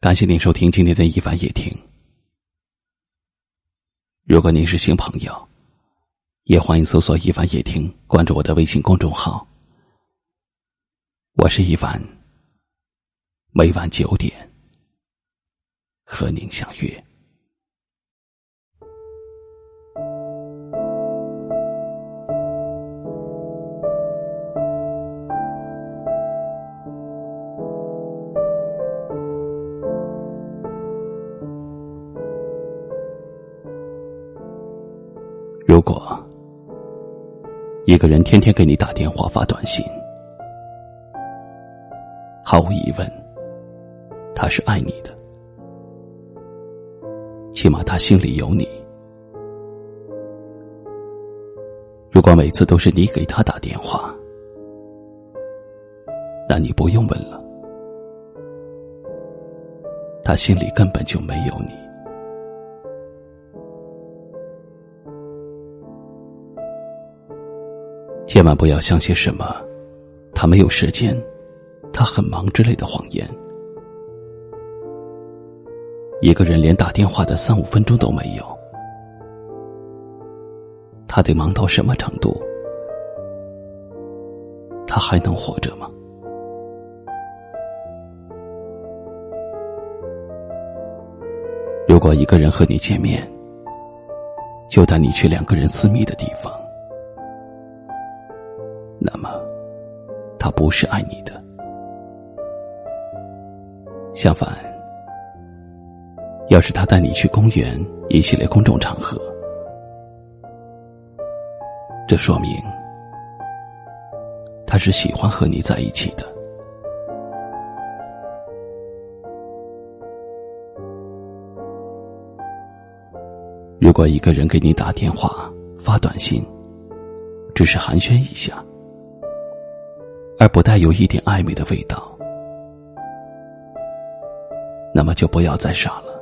感谢您收听今天的一凡夜听。如果您是新朋友，也欢迎搜索一凡夜听，关注我的微信公众号。我是一凡，每晚9点和您相约。如果一个人天天给你打电话发短信，毫无疑问他是爱你的，起码他心里有你。如果每次都是你给他打电话，那你不用问了，他心里根本就没有你。千万不要相信什么他没有时间，他很忙之类的谎言。一个人连打电话的3-5分钟都没有，他得忙到什么程度，他还能活着吗？如果一个人和你见面，就带你去2个人私密的地方，那么他不是爱你的。相反，要是他带你去公园一系列公众场合，这说明他是喜欢和你在一起的。如果一个人给你打电话发短信，只是寒暄一下，而不带有一点暧昧的味道，那么就不要再傻了，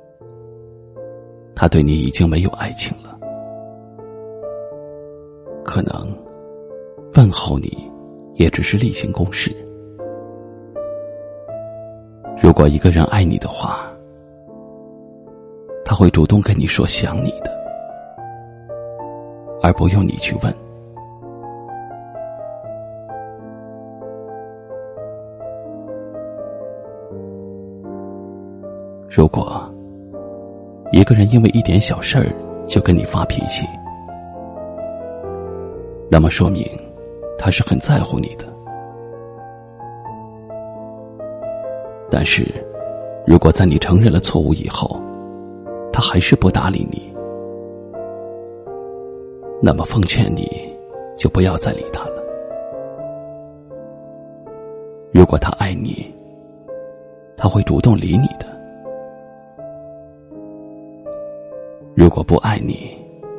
他对你已经没有爱情了。可能问候你也只是例行公事。如果一个人爱你的话，他会主动跟你说想你的，而不用你去问。如果一个人因为一点小事儿就跟你发脾气，那么说明他是很在乎你的。但是如果在你承认了错误以后，他还是不搭理你，那么奉劝你就不要再理他了。如果他爱你，他会主动理你的。如果不爱你，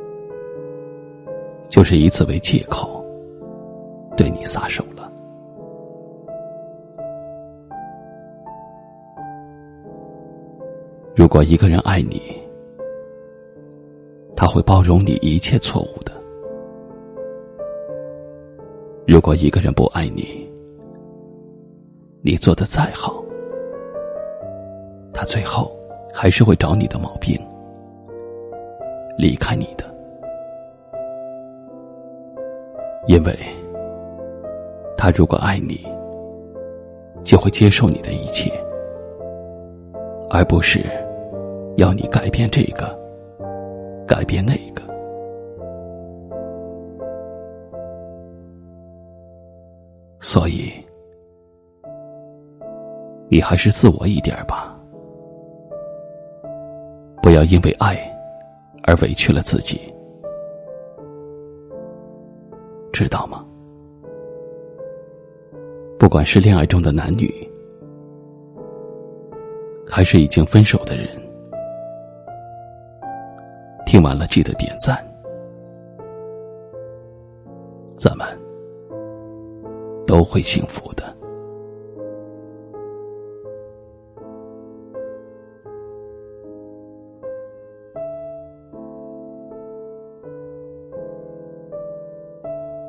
就是以此为借口对你撒手了。如果一个人爱你，他会包容你一切错误的。如果一个人不爱你，你做得再好，他最后还是会找你的毛病，离开你的。因为他如果爱你，就会接受你的一切，而不是要你改变这个改变那个。所以你还是自我一点吧，不要因为爱而委屈了自己，知道吗？不管是恋爱中的男女，还是已经分手的人，听完了记得点赞，咱们都会幸福的。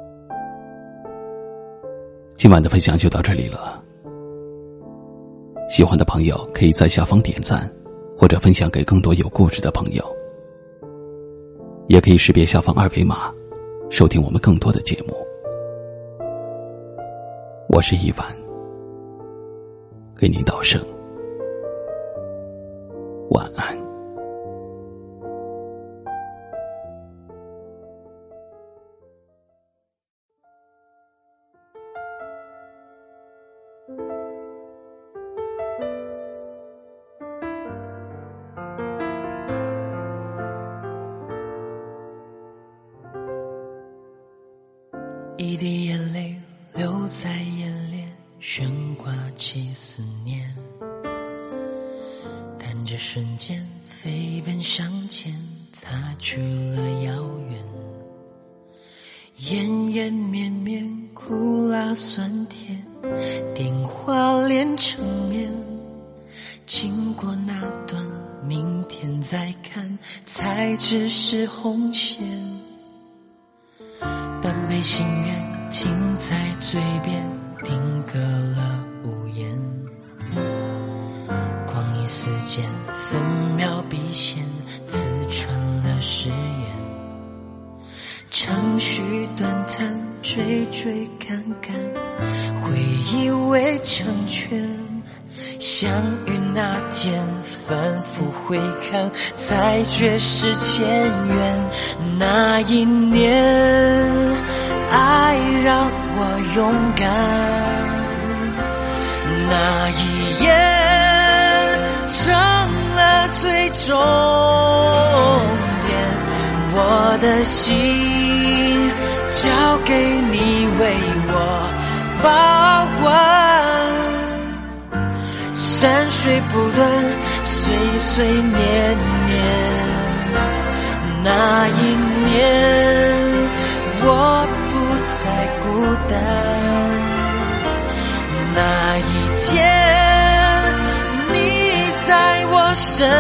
今晚的分享就到这里了， 喜欢的朋友可以在下方点赞，或者分享给更多有故事的朋友。也可以识别下方二维码，收听我们更多的节目。我是一凡，给您道声晚安。 一滴眼泪留在眼帘，悬挂起思念，弹着瞬间飞奔向前，擦去了遥远。绵延绵绵，苦辣酸甜，电话连成面，经过那段明天再看，才只是红线。半杯心愿停在嘴边，定格了无言。光阴似箭，分秒必现，刺穿了誓言。长吁短叹，追追赶赶，回以为成全。相遇那天，反复回看，才觉是前缘。那一年，爱让我勇敢，那一夜成了最终点。我的心交给你为我保管，山水不断，岁岁年年。那一年，我不再孤单。那一天，你在我身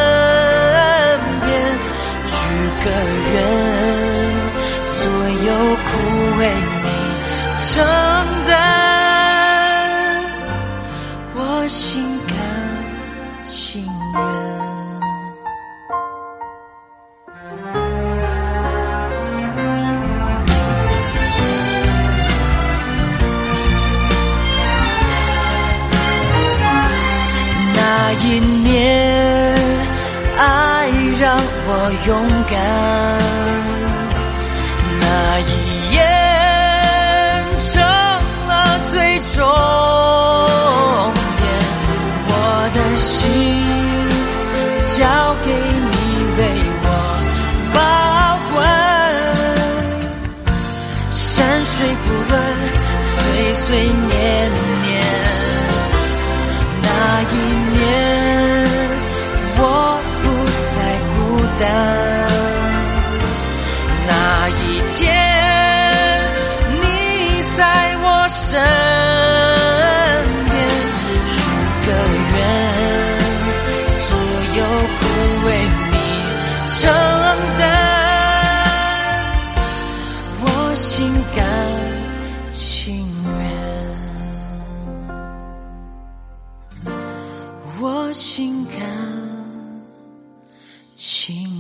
边，许个愿，所有苦为你承担，我心甘情愿。那一年，爱让我勇敢，那一夜成了最终点。我的心交给你为我保管，山水不断，岁岁年年。那一年，我不再孤单。那一天，你在我身边，许个愿，所有苦为你承担，我心甘情愿。我心甘情愿。